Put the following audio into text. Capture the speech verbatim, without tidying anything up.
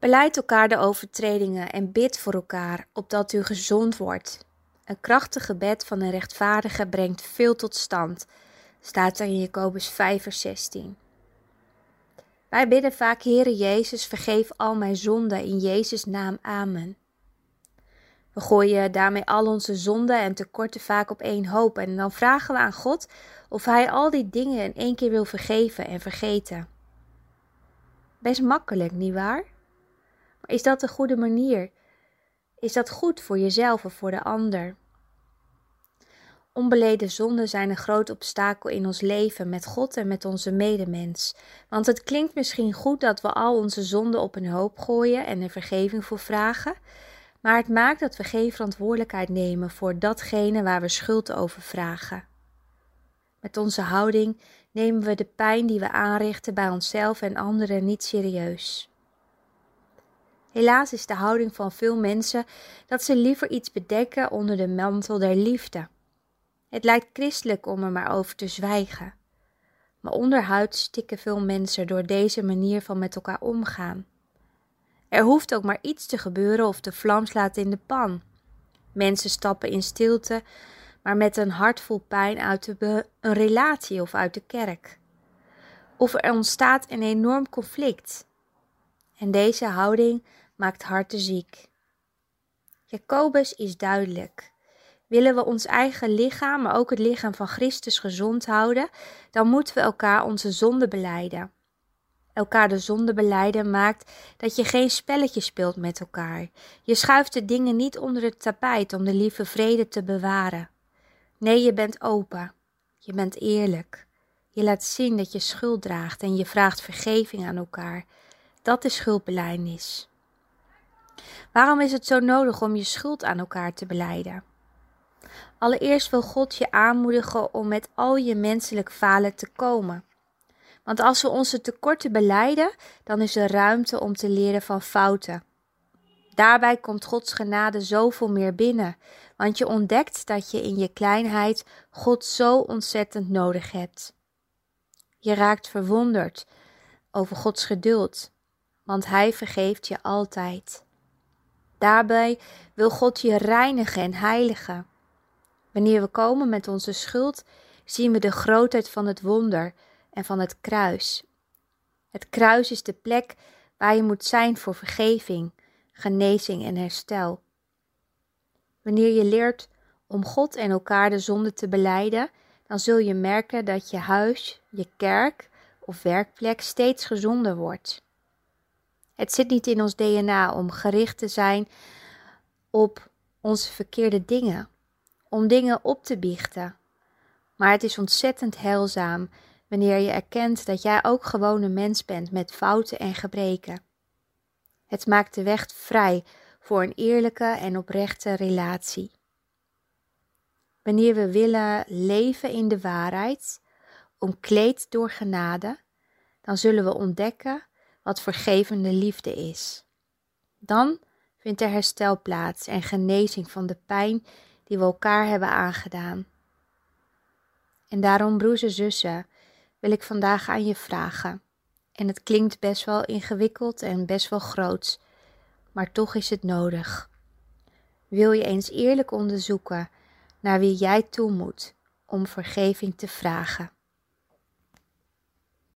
Belijd elkaar de overtredingen en bid voor elkaar, opdat u gezond wordt. Een krachtig gebed van een rechtvaardige brengt veel tot stand, staat er in Jacobus vijf vers zestien. Wij bidden vaak, Heere Jezus, vergeef al mijn zonden, in Jezus' naam, amen. We gooien daarmee al onze zonden en tekorten vaak op één hoop en dan vragen we aan God of Hij al die dingen in één keer wil vergeven en vergeten. Best makkelijk, nietwaar? Maar is dat de goede manier? Is dat goed voor jezelf of voor de ander? Onbeleden zonden zijn een groot obstakel in ons leven met God en met onze medemens. Want het klinkt misschien goed dat we al onze zonden op een hoop gooien en er vergeving voor vragen, maar het maakt dat we geen verantwoordelijkheid nemen voor datgene waar we schuld over vragen. Met onze houding nemen we de pijn die we aanrichten bij onszelf en anderen niet serieus. Helaas is de houding van veel mensen dat ze liever iets bedekken onder de mantel der liefde. Het lijkt christelijk om er maar over te zwijgen. Maar onderhuids stikken veel mensen door deze manier van met elkaar omgaan. Er hoeft ook maar iets te gebeuren of de vlam slaat in de pan. Mensen stappen in stilte, maar met een hart vol pijn uit de be- een relatie of uit de kerk. Of er ontstaat een enorm conflict. En deze houding maakt harten ziek. Jacobus is duidelijk. Willen we ons eigen lichaam, maar ook het lichaam van Christus gezond houden, dan moeten we elkaar onze zonde belijden. Elkaar de zonde belijden maakt dat je geen spelletje speelt met elkaar. Je schuift de dingen niet onder het tapijt om de lieve vrede te bewaren. Nee, je bent open. Je bent eerlijk. Je laat zien dat je schuld draagt en je vraagt vergeving aan elkaar. Dat is schuldbelijdenis. Waarom is het zo nodig om je schuld aan elkaar te belijden? Allereerst wil God je aanmoedigen om met al je menselijk falen te komen. Want als we onze tekorten belijden, dan is er ruimte om te leren van fouten. Daarbij komt Gods genade zoveel meer binnen, want je ontdekt dat je in je kleinheid God zo ontzettend nodig hebt. Je raakt verwonderd over Gods geduld, want Hij vergeeft je altijd. Daarbij wil God je reinigen en heiligen. Wanneer we komen met onze schuld, zien we de grootheid van het wonder en van het kruis. Het kruis is de plek waar je moet zijn voor vergeving, genezing en herstel. Wanneer je leert om God en elkaar de zonde te belijden, dan zul je merken dat je huis, je kerk of werkplek steeds gezonder wordt. Het zit niet in ons D N A om gericht te zijn op onze verkeerde dingen, om dingen op te biechten. Maar het is ontzettend heilzaam wanneer je erkent dat jij ook gewoon een mens bent met fouten en gebreken. Het maakt de weg vrij voor een eerlijke en oprechte relatie. Wanneer we willen leven in de waarheid, omkleed door genade, dan zullen we ontdekken wat vergevende liefde is. Dan vindt er herstel plaats en genezing van de pijn die we elkaar hebben aangedaan. En daarom, broers en zussen, wil ik vandaag aan je vragen. En het klinkt best wel ingewikkeld en best wel groots, maar toch is het nodig. Wil je eens eerlijk onderzoeken naar wie jij toe moet om vergeving te vragen?